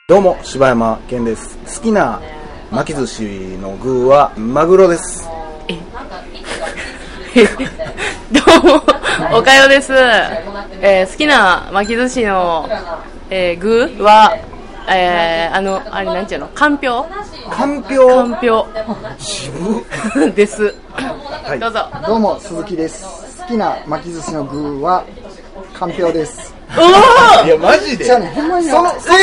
どうも柴山健です。好きな巻き寿司の具はマグロです。 どうもおかよです。好きな巻き寿司の、具は、あれなんていうの、かんぴょう渋です、はい、どうぞ。 どうも鈴木です。好きな巻き寿司の具はかんぴょうです。 いやマジでじゃあね、ほんまにほん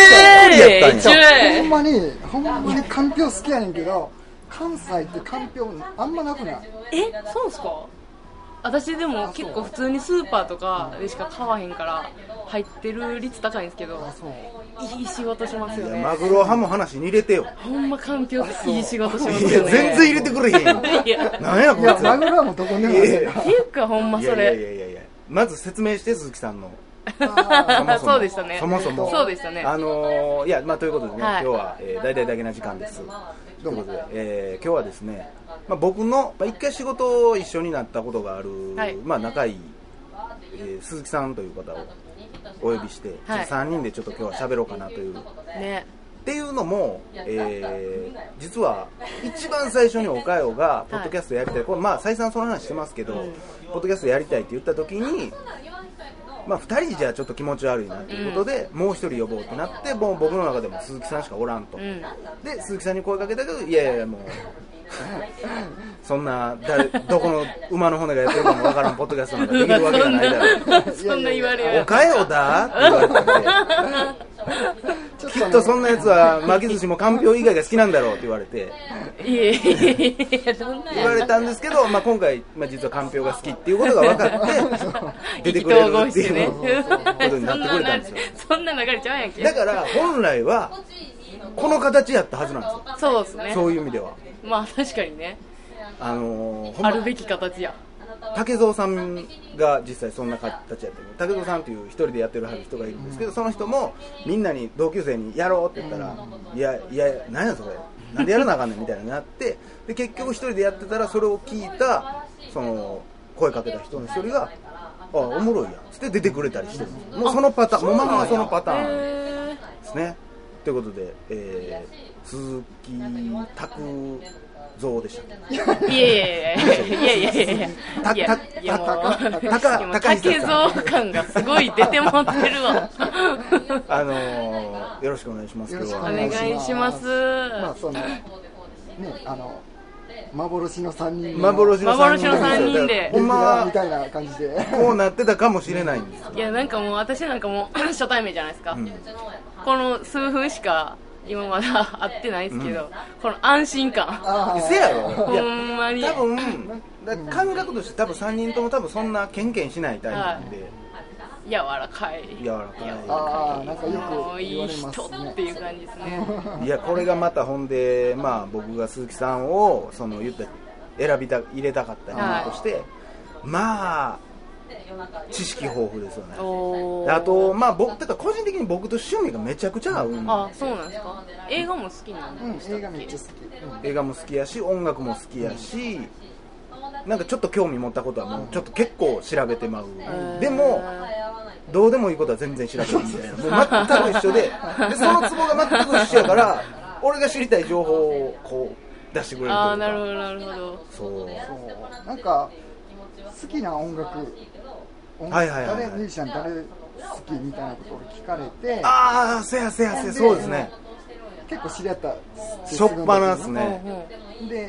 まにかんぴょう好きやねんけど、関西ってかんぴょうあんまなくない？ そうですか？私でも結構普通にスーパーとかでしか買わへんから入ってる率高いんですけど、いい仕事しますよね。 マグロハム話に入れてよ。 ほんまかんぴょういい仕事しますよね。 全然入れてくれへんよ。なんやこいつ。 マグロはもうどこにもあるっていうかほんまそれ。 いやまず説明して鈴木さんの。 そうでしたね。 そもそもそうでしたね。 いやまあということでね、今日は大々だけな時間です。ということで、今日はですね、僕の一回仕事を一緒になったことがある、仲いい、鈴木さんという方をお呼びして、3人でちょっと今日は喋ろうかなという。 ね。 っていうのも、実は一番最初におかよがポッドキャストやりたい、これ再三その話してますけど、ポッドキャストやりたいって言った時に、2人じゃちょっと気持ち悪いなということで、もう1人呼ぼうってなって、もう僕の中でも鈴木さんしかおらんと、で鈴木さんに声かけたけど、いやもうそんなどこの馬の骨がやってるかもわからんポッドキャストなんかできるわけがないだろうそんな言われおかよだって言われたんできっとそんなやつは巻き寿司もかんぴょう以外が好きなんだろうって言われて言われたんですけど、今回、実はかんぴょうが好きっていうことが分かって出てくれるっていうことになってくれたんですよ。 そんな流れちゃうやんけ。 だから本来はこの形やったはずなんですよ。 そうですね。 そういう意味では確かにね、あるべき形や。 竹蔵さんが実際そんな形やってる。竹蔵さんという一人でやってる人がいるんですけど、その人もみんなに同級生にやろうって言ったら、いや何やそれ、なんでやらなあかんねんみたいになって、で結局一人でやってたら、それを聞いたその声かけた人の一人がおもろいやんって出てくれたりしてるんです。もうそのパターン、もうそのパターンですね。ということで、鈴木拓蔵でした。 いや竹蔵感がすごい出てもってるわ。 よろしくお願いします。 お願いします。 幻の3人でほんまみたいな感じでこうなってたかもしれないんです。 いやなんかもう私なんかもう初対面じゃないですか、この数分しか今まだ会ってないですけど、この安心感せやろ。 ほんまに多分感覚として多分3人とも多分そんなケンケンしないタイプなんで、 柔らかいなんかよくいい人っていう感じですね。 いやこれがまたほんで、僕が鈴木さんを言った入れたかった理由として、知識豊富ですよね。あと僕だから個人的に僕と趣味がめちゃくちゃ合うんで。 そうなんですか。映画も好きなんですか。 映画めっちゃ好き。 映画も好きやし、音楽も好きやし、なんかちょっと興味持ったことはもうちょっと結構調べてまう。でもどうでもいいことは全然調べるみたいな、もう全く一緒で、そのツボが全く一緒やから俺が知りたい情報をこう出してくれるというか。 なるほど。 そうなんか好きな音楽、ミュージシャン誰好きみたいなことを聞かれて、 せやそうですね。 結構知り合ったしょっぱなですね。 で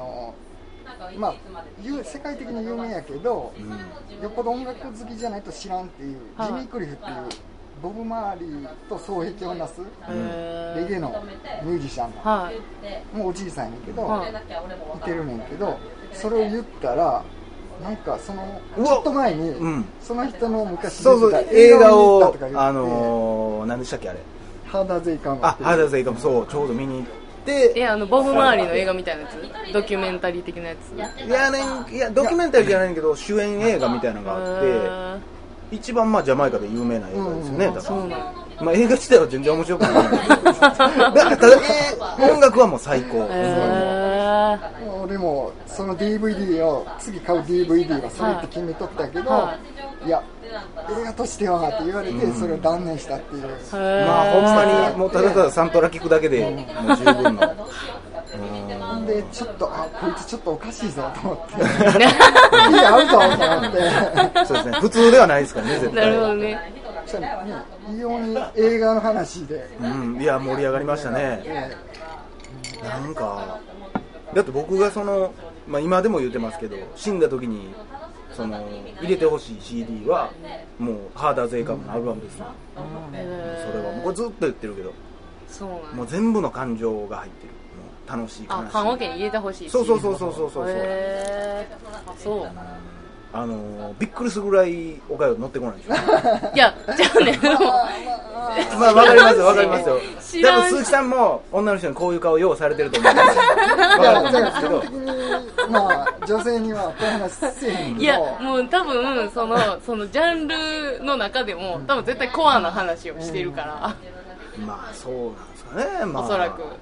世界的に有名やけど、よっぽど音楽好きじゃないと知らんっていう、ジミー・クリフっていうボブ・マーリーと双璧をなすレゲエのミュージシャンもうおじいさんやねんけど、いてるねんけど、それを言ったらなんかちょっと前にその人の昔出てた映画を何でしたっけあれ、 ハーダーゼイカム。 ハーダーゼイカム、そうちょうど見に行って、 ボブ周りの映画みたいなやつ、ドキュメンタリー的なやつ。 いやドキュメンタリーじゃないけど主演映画みたいなのがあって、一番ジャマイカで有名な映画ですよね。だから映画自体は全然面白くないんだけどだからただ音楽はもう最高。 俺もその DVD を次買う DVD はそれって決めとったけど、いや映画としてはって言われてそれを断念したっていう、 まあほんまにもうただただサントラ聞くだけでもう十分のでちょっとこいつちょっとおかしいぞと思っていい合うぞと思ってそうですね、普通ではないですからね絶対。 なるほどね。 そしたらね、異様に映画の話で、 いや盛り上がりましたね。なんかだって僕がその、まあ、今でも言ってますけど、死んだ時にその入れてほしい CD はもうハーダーゼイカムのアルバムですよ。それはもうこれずっと言ってるけど、 そうなんもう全部の感情が入ってる。もう楽しい悲しい。 ファンオケに入れてほしい。 そう。 そう。 びっくりするぐらいおかゆ乗ってこないでしょ。 いや、じゃあね、 まあわかりますよ、わかりますよ。 知らん多分鈴木さんも女の人にこういう顔用されてると思うんですよ。わかると思うんですけど。 基本的にまあ女性にはこういう話せえへんけど、 いや、もう多分そのジャンルの中でも多分絶対コアな話をしてるから。 まあそうなんですかね。まあ、 おそらく。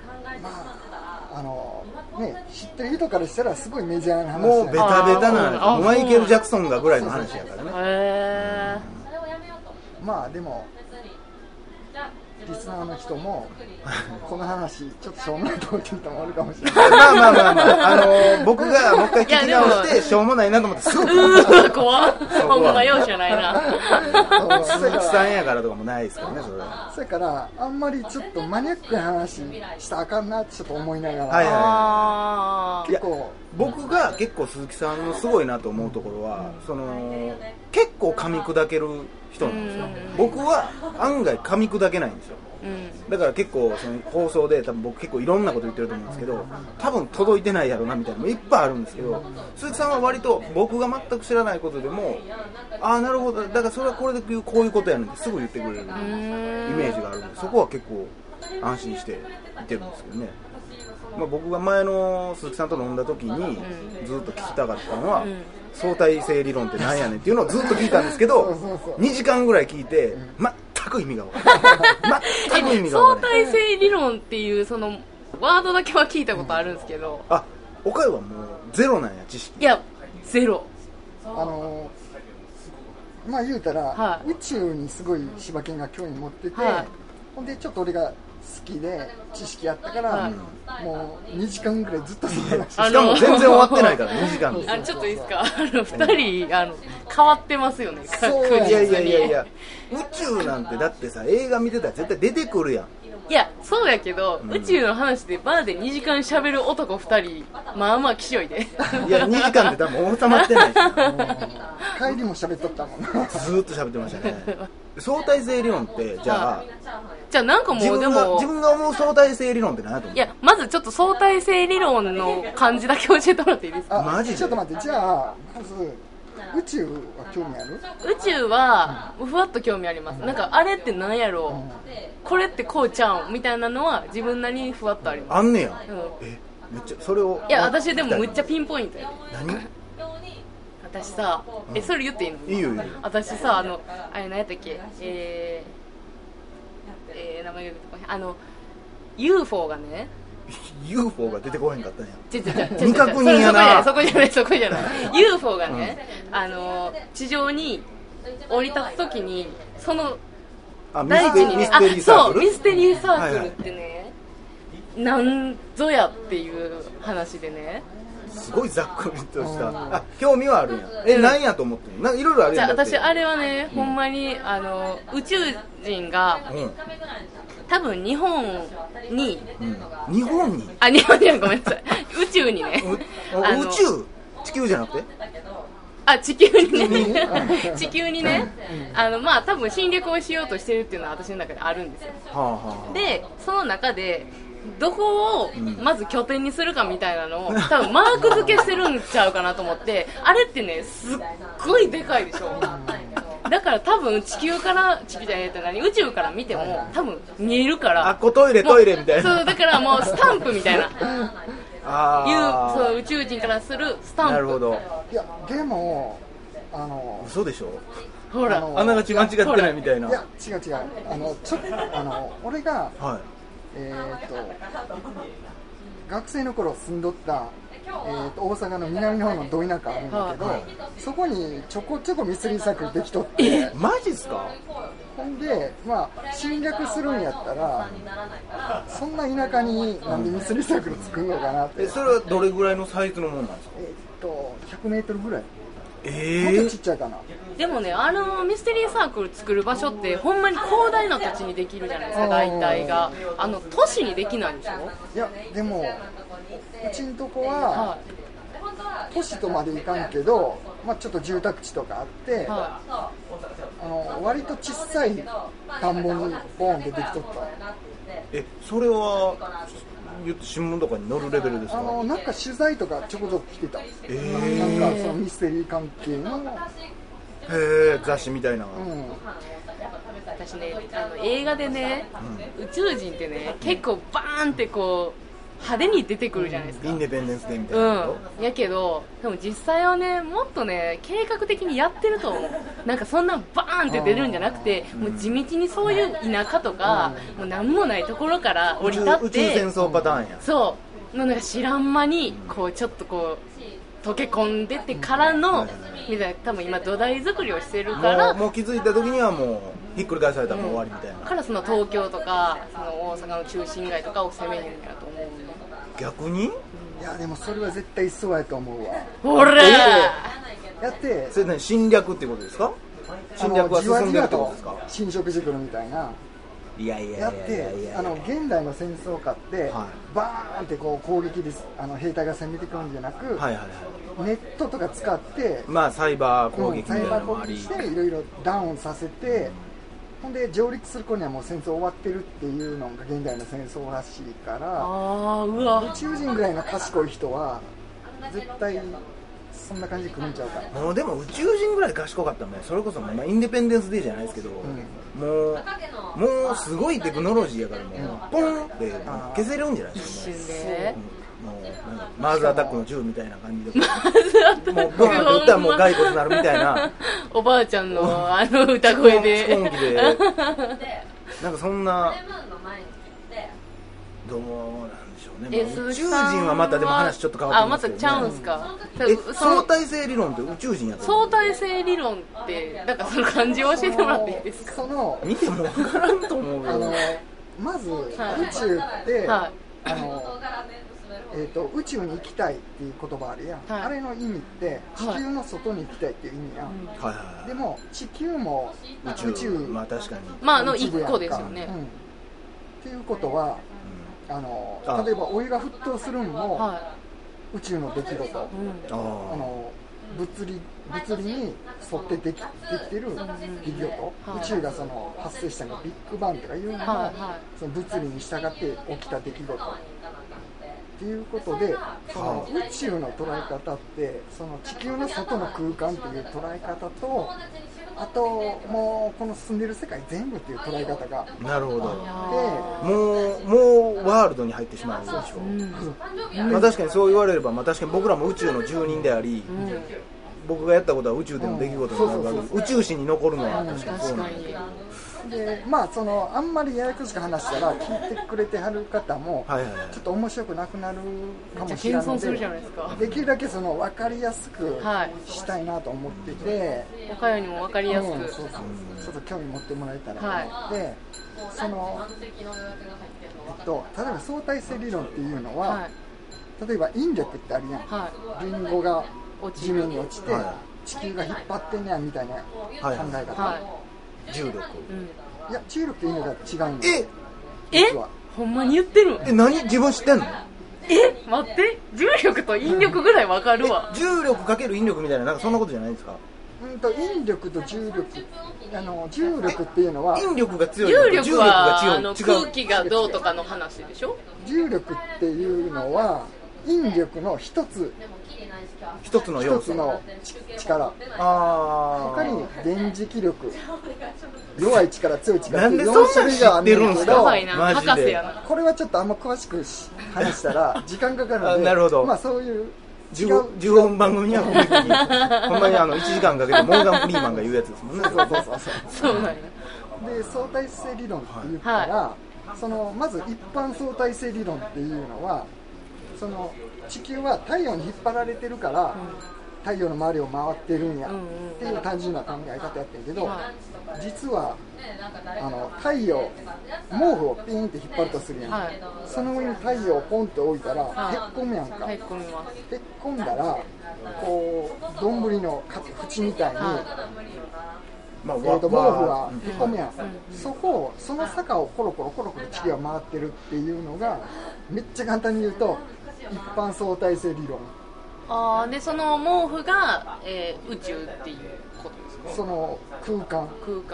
ね、知ってる人からしたらすごいメジャーな話もうベタベタなあマイケル・ジャクソンがぐらいの話やからね。 まあでもリスナーの人もこの話ちょっとしょうもないと思ってる人もおるかもしれない。 まあ、僕がもう一回聞き直してしょうもないなと思ってすぐ怖っ。ほんま容赦ないな。 鈴木さんやからとかもないですからね、それは。 それからあんまりちょっとマニアックな話したらあかんなってちょっと思いながら、 はいはい、 結構僕が結構鈴木さんのすごいなと思うところは、その結構噛み砕ける人なんですよ。僕は案外噛み砕けないんですよ。だから結構その放送で多分僕結構いろんなこと言ってると思うんですけど、多分届いてないやろなみたいなのもいっぱいあるんですけど、鈴木さんは割と僕が全く知らないことでも、ああなるほど、だからそれはこれでこういうことやるんですぐ言ってくれるイメージがあるので、そこは結構安心して言ってるんですけどね。まあ、僕が前の鈴木さんと飲んだ時にずっと聞きたかったのは、相対性理論って何やねんっていうのをずっと聞いたんですけど、2時間ぐらい聞いて全く意味が分からない。全く意味が分からない。 相対性理論っていうそのワードだけは聞いたことあるんですけど、 おかゆはもうゼロなんや、知識。 いやゼロ。 まあ言うたら、宇宙にすごい柴犬が興味持ってて、ほんでちょっと俺が好きで知識あったから、もう2時間ぐらいずっとその話しかも全然終わってないから2時間でちょっといいですか、2人変わってますよね。 いや宇宙なんてだってさ、映画見てたら絶対出てくるやん。 いやそうやけど、宇宙の話でバーで2時間喋る男2人まあまあきしょいで。 いや2時間って多分収まってないし帰りも喋っとったもんな。 ずーっと喋ってましたね。相対性理論ってじゃあなんかもうでも自分が思う相対性理論って何やと思う？ いやまずちょっと相対性理論の漢字だけ教えてもらっていいですか？ マジで？ちょっと待って、じゃあまず宇宙は興味ある？ 宇宙はふわっと興味あります。なんかあれって何やろう、これってこうちゃうんみたいなのは自分なりにふわっとあります。 あんねや。めっちゃそれを。 いや私でもむっちゃピンポイントやで。 何？ 私さ、それ言っていいの？ いいよいいよ。 私さ、あれ何やったっけ、名前が出てこない。UFO がね。 UFO が出てこへんかったんや。 未確認やな。 そこじゃない。UFO がね、地上に降り立つときに、その大地にね、そうミステリーサークルってね、なんぞやっていう話でね。 すごいざっくりとした興味はあるんや。何やと思ってるの？なんかいろいろあるやん。 じゃあ私あれはね、ほんまに宇宙人が、多分日本に、 日本に？ 日本にはごめんなさい。宇宙にね。 宇宙？地球じゃなくて？ 地球にね。地球にね、まあ多分侵略をしようとしてるっていうのは私の中であるんですよ。で、その中でどこをまず拠点にするかみたいなのを多分マーク付けしてるんちゃうかなと思って、あれってねすっごいでかいでしょ。だから多分地球じゃないって宇宙から見ても多分見えるから、 トイレみたいな。 そうだからもうスタンプみたいなそう宇宙人からするスタンプ。 なるほど。 いやでも嘘でしょ。 ほらあながち間違ってないみたいな。 いや違うちょっと俺が学生の頃住んどった、大阪の南の方のど田舎あるんだけど、そこにちょこちょこミステリーサークルできとって、 マジっすか？ ほんで、まあ、侵略するんやったら、そんな田舎になんでミステリーサークル作るのかなって。 それはどれぐらいのサイズのもんなんですか ？100メートルぐらい。もっとちっちゃいかな。 でもね、ミステリーサークル作る場所ってほんまに広大な土地にできるじゃないですか、大体が。都市にできないんでしょ？ いや、でもうちんとこは、都市とまでいかんけど、まあ、ちょっと住宅地とかあって、割と小さい田んぼにボーンってできとった。 それは新聞とかに載るレベルですか？ なんか取材とかちょこちょこ来てた。なんかそのミステリー関係の雑誌みたいな。 私ね、映画でね、宇宙人ってね、結構バーンってこう派手に出てくるじゃないですか。 インデペンデンスデーみたいな。 やけど、でも実際はね、もっとね、計画的にやってると思う。なんかそんなバーンって出るんじゃなくて、もう地道にそういう田舎とか、もうなんもないところから降り立って、 宇宙戦争パターンや。 そう、なんか知らん間にこうちょっとこう溶け込んでってからの、みたいな、多分今土台作りをしてるから、 もう気づいた時にはもうひっくり返されたらもう終わりみたいな。 からその東京とかその大阪の中心街とかを攻めるんやと思う。 逆に？ いやでもそれは絶対そうやと思うわ。 ほらやってそれ何侵略っていうことですか？侵略は進んでるってことですか？ 侵食してくるみたいな。やって現代の戦争下って、バーンってこう攻撃です。兵隊が攻めてくるんじゃなく、ネットとか使って、 まあサイバー攻撃みたいなのもあり、 していろいろダウンさせて、ほんで上陸する子にはもう戦争終わってるっていうのが現代の戦争らしいから、宇宙人ぐらいの賢い人は絶対そんな感じで来るんちゃうかな。 もうでも宇宙人ぐらい賢かったらね、それこそインデペンデンスデーじゃないですけど、もうすごいテクノロジーやからもうポンって消せるんじゃないですか。 一瞬でもうマーズアタックの銃みたいな感じで、もうボーンって撃ったらもう骸骨になるみたいな。 おばあちゃんの歌声で。 飛行機でなんかそんなどうなんでしょうね。宇宙人はまたでも話ちょっと変わってきますけどね。 またちゃうんすか。 相対性理論って宇宙人やったの？ 相対性理論ってなんかその漢字を教えてもらっていいですか？ 見ても分からんと思うよ。 まず宇宙って、宇宙に行きたいっていう言葉あるやん、あれの意味って地球の外に行きたいっていう意味やん、でも地球も宇宙、 まあ確かに 1個ですよね、 っていうことは、例えばお湯が沸騰するのも宇宙の出来事、物理に沿ってできてる出来事、宇宙がその発生したのビッグバンとかいうのも、その物理に従って起きた出来事っていうことで、その宇宙の捉え方ってその地球の外の空間っていう捉え方と、あともうこの住んでる世界全部っていう捉え方がなるほど。もうワールドに入ってしまうでしょ。まあ確かにそう言われれば、まあ確かに僕らも宇宙の住人であり、僕がやったことは宇宙での出来事になるわけで、宇宙史に残るのは確かにそうなんだけど。 でまああんまりややこしく話したら聞いてくれてはる方もちょっと面白くなくなるかもしれないので、できるだけその分かりやすくしたいなと思ってて、 岡谷にも分かりやすく、 ちょっと興味持ってもらえたらと思って、その例えば相対性理論っていうのは、例えば引力ってあるやん、リンゴが地面に落ちて地球が引っ張ってんねやみたいな考え方、 重力、 いや重力っていうのが違うんだよ。 ほんまに言ってる？ 何自分知ってんの？ 待って、重力と引力ぐらいわかるわ。 重力かける引力みたいな、なんかそんなことじゃないですか？ 引力と重力、重力っていうのは引力が強い、 重力は空気がどうとかの話でしょ？ 重力っていうのは引力の一つの要素の力、他に電磁気力、弱い力強い力って4種類があるんだけど、 マジでこれはちょっとあんま詳しく話したら時間かかるのでなるほど、 まあそういう 15分番組にはほんまに1時間かけてモーガン・フリーマンが言うやつですもんね。 そうなんや。 で相対性理論って言ったら、そのまず一般相対性理論っていうのはその地球は太陽に引っ張られてるから、太陽の周りを回ってるんやっていう単純な考え方やってるけど、実は太陽毛布をピンって引っ張るとするやん、その上に太陽をポンって置いたらへっこむやんか。へっこんだらこう丼の縁みたいに、毛布がへっこむやん、その坂をコロコロコロコロ地球が回ってるっていうのが、めっちゃ簡単に言うと一般相対性理論。 でその毛布が、宇宙っていうことですか？ その空間、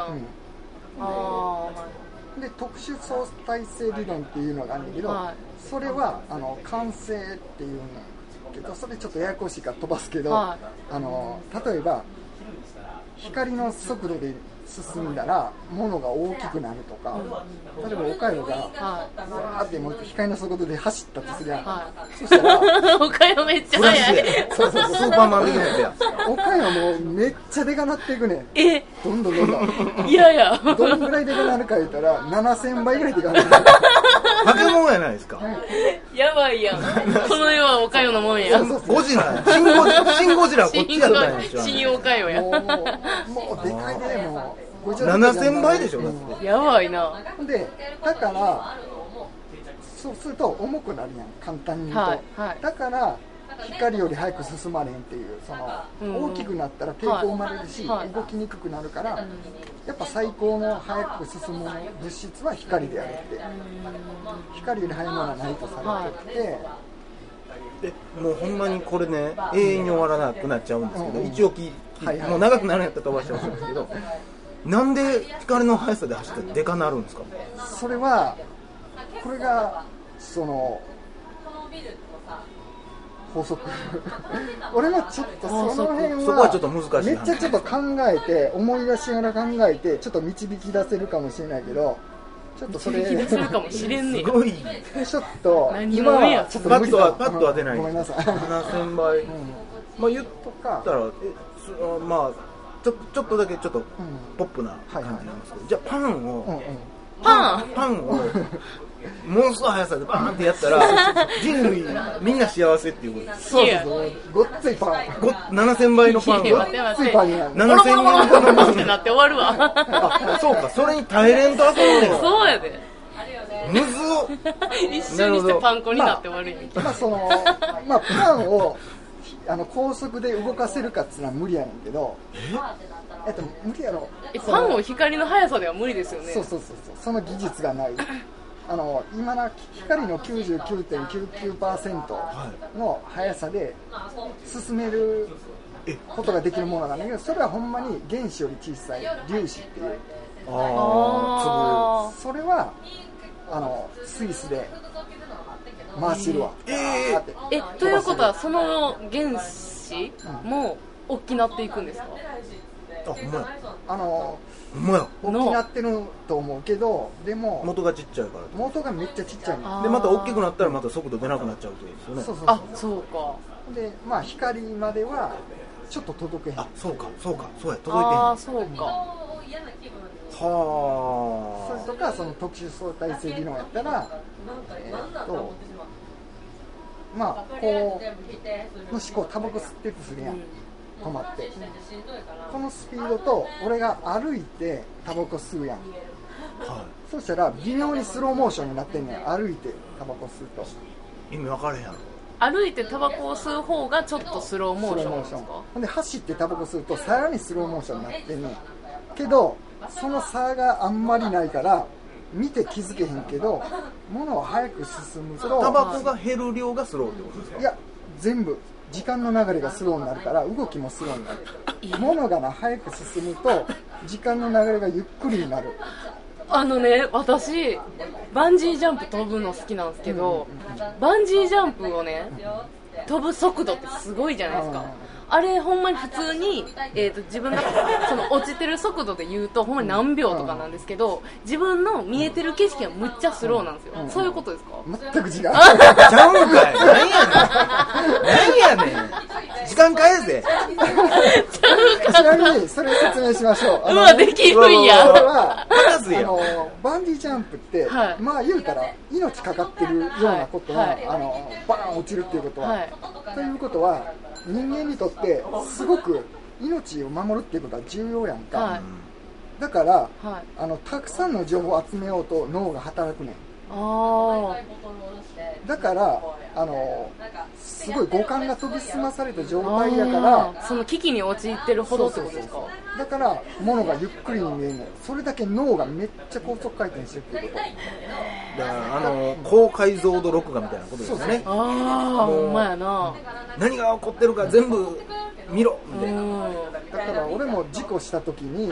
で特殊相対性理論っていうのがあるんだけど、それは慣性っていうんだけど、それちょっとややこしいから飛ばすけど、例えば光の速度で進んだら物が大きくなるとか、例えば岡山がわーってもう光の速度で走ったとすりゃ、そしたら岡山めっちゃ速い。 スーパーマン的なやつや。 岡山もうめっちゃでかなっていくね。どんどんいやいや、 どんぐらいでかなるか言ったら7000倍ぐらいでかなる。 化け物やないですか。 やばいやん。この世は岡山のもんや。 ゴジラ、シンゴジラはこっちやったんでしょ。 新岡山や。 もうでかいで、もう 7000倍でしょ、だって。 やばいな。 でだからそうすると重くなるやん、簡単に言うと、だから光より早く進まれんっていう、その大きくなったら抵抗生まれるし、動きにくくなるから、やっぱ最高の早く進む物質は光であるって、光より速いものはないとされてて、 もうほんまにこれね、永遠に終わらなくなっちゃうんですけど、一応もう長くなるんやったら飛ばしてほしいんですけど、なんで光の速さで走ってでかなるんですか？ それはこれがその法則俺もちょっとその辺はそこはちょっと難しい、 めっちゃちょっと考えて、思い出しながら考えてちょっと導き出せるかもしれないけど、ちょっとそれ導き出せるかもしれんねん。 すごいちょっと今はちょっと無理だ。 パッとは出ない。 ごめんなさい。 7000倍、まあ言ったらまあちょっとだけちょっとポップな感じなんですけど、じゃあパンをものすごい速さでバーンってやったら人類みんな幸せっていうことです。 そうごっついパン、 7000倍のパンがごっついパンになる。 7000倍ってなって終わるわ。 そうか、それに耐えれんと遊ぶねん。 そうやで。 むずっ。 一瞬にしてパン粉になって終わるやん。 パンを高速で動かせるかっていうのは無理やねんけど、無理やろ。 パンを光の速さでは無理ですよね。 そう、その技術がない。今の光の 99.99% の速さで進めることができるものなんだけど、それはほんまに原子より小さい粒子っていう、それはスイスで回してるわ。 ということはその原子も大きなっていくんですか？ ほんまや。 大きなってると思うけど、でも元がちっちゃいから。 元がめっちゃちっちゃいので、また大きくなったらまた速度出なくなっちゃうってことですよね。 そうか。 で、光まではちょっと届けへん。 そうや、届いてへん。 そうか。 それとか、その特殊相対性理論やったら、こうもしこうタバコ吸ってるとするやん、止まって、このスピードと俺が歩いてタバコ吸うやん、そしたら微妙にスローモーションになってんねん。歩いてタバコ吸うと意味分かれへんやろ。 歩いてタバコを吸う方がちょっとスローモーションですか？ ほんで走ってタバコ吸うとさらにスローモーションになってんねんけど、その差があんまりないから見て気づけへんけど、物を早く進むとタバコが減る量がスローってことですか？ いや、全部時間の流れがスローになるから動きもスローになる。物が早く進むと時間の流れがゆっくりになる。 私バンジージャンプ飛ぶの好きなんですけど、バンジージャンプをね飛ぶ速度ってすごいじゃないですか。 あれほんまに普通に、自分がその落ちてる速度で言うとほんまに何秒とかなんですけど、自分の見えてる景色はむっちゃスローなんですよ、そういうことですか？ 全く違う。ちゃうんかい。何やねん。時間返せ。 ちなみにそれ説明しましょう。 うわ、できるんや。 これはババンジージャンプって、 はい、 まあ言うたら命かかってるようなことは、バーン落ちるっていうことは、はい、ということは人間にとってすごく命を守るっていうことは重要やんか、はい、だから、はい、たくさんの情報を集めようと脳が働くねん。だからすごい五感が研ぎ澄まされた状態やから、 その危機に陥ってるほどってことですか？ だから物がゆっくりに見えるの。それだけ脳がめっちゃ高速回転してるっていうこと。 だから高解像度録画みたいなことですよね。 ああ、ほんまやな。 何が起こってるか全部見ろみたいな。 だから俺も事故した時に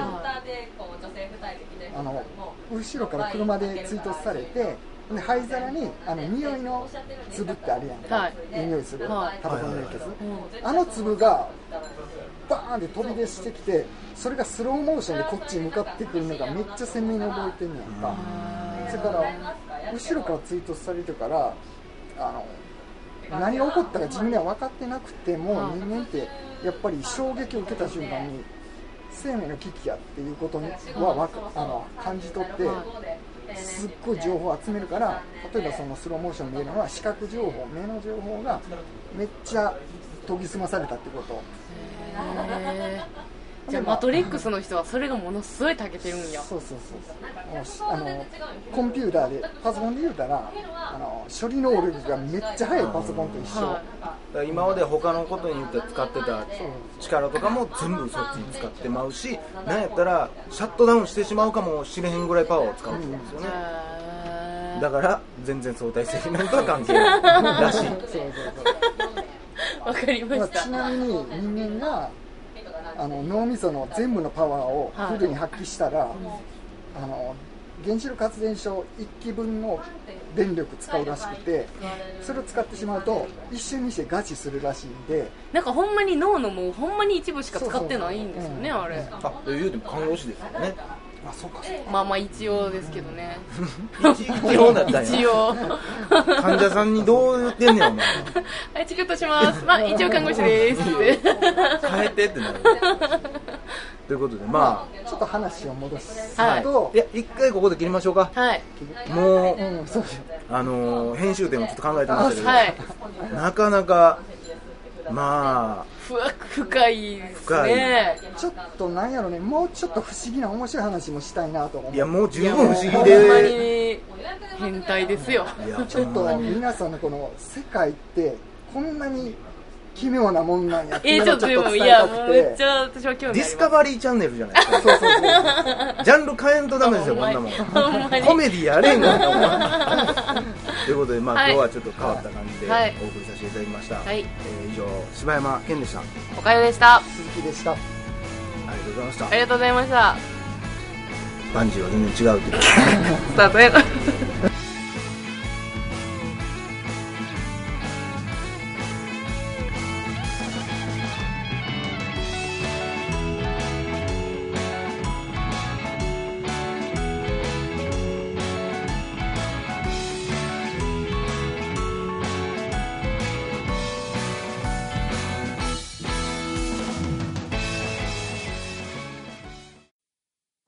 後ろから車で追突されて、で灰皿に匂いの粒ってあるやんか、はい、匂いする、はい、タバコの匂い消す、粒がバーンって飛び出してきて、それがスローモーションでこっちに向かってくるのがめっちゃ鮮明に覚えてんねやんか。それから後ろから追突されてから何が起こったか自分には分かってなくても、人間ってやっぱり衝撃を受けた瞬間に生命の危機やっていうことは感じ取って、すっごい情報を集めるから、例えばそのスローモーションで見えるのは視覚情報、目の情報がめっちゃ研ぎ澄まされたってこと。 じゃあマトリックスの人はそれがものすごい長けてるんや。 そうコンピューターでパソコンで言うたら処理能力がめっちゃ速いパソコンと一緒、だから今まで他のことに言って使ってた力とかも全部そっちに使ってまうし、なんやったらシャットダウンしてしまうかもしれへんぐらいパワーを使うんですよね、だから全然相対性理論とは関係ないらしい。 わかりました。 ちなみに人間が脳みその全部のパワーをフルに発揮したら、原子力発電所1基分の電力使うらしくて、それを使ってしまうと一瞬にして餓死するらしいんで、 なんかほんまに脳のもうほんまに一部しか使ってないんですよね、あれ。 言うても看護師ですよね。 そうか。 まあ一応ですけどね。 一応だったんや。 一応。 患者さんにどう言ってんねんお前。 はい、チケットします。一応看護師ですって。 変えてってなる。ということでちょっと話を戻すと、 いや一回ここで切りましょうか。 はい。 もう編集点をちょっと考えてましたけど、なかなか深いですね。 ちょっとなんやろね、もうちょっと不思議な面白い話もしたいなと思う。 いやもう十分不思議で、 ほんまに変態ですよ。 ちょっと皆さんのこの世界ってこんなに奇妙なもんなんやっていうのをちょっと伝えたくて、 めっちゃ私は興味あります。 ディスカバリーチャンネルじゃないですか。そうジャンル変えんとダメですよ、こんなもん。コメディやれんがな。ということで今日はちょっと変わった感じでお送りさせていただきました。以上柴山健でした。 おかよでした。 鈴木でした。 ありがとうございました。 ありがとうございました。 バンジーは全然違うけど。 スタートへ。